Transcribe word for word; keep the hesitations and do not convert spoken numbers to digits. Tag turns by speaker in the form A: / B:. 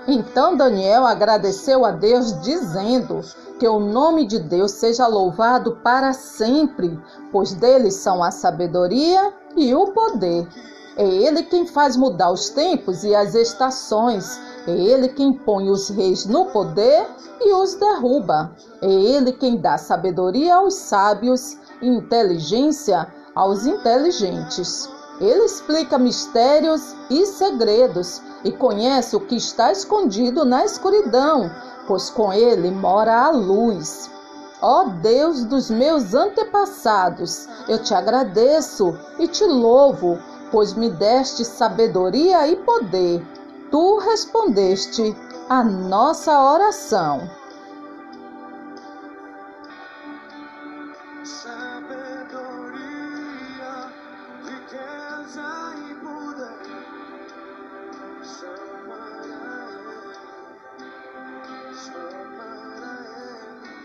A: Então Daniel agradeceu a Deus, dizendo que o nome de Deus seja louvado para sempre, pois dele são a sabedoria e o poder. É ele quem faz mudar os tempos e as estações. É ele quem põe os reis no poder e os derruba. É ele quem dá sabedoria aos sábios e inteligência aos inteligentes. Ele explica mistérios e segredos e conhece o que está escondido na escuridão, pois com ele mora a luz. Ó Deus dos meus antepassados, eu te agradeço e te louvo, pois me deste sabedoria e poder. Tu respondeste a nossa oração.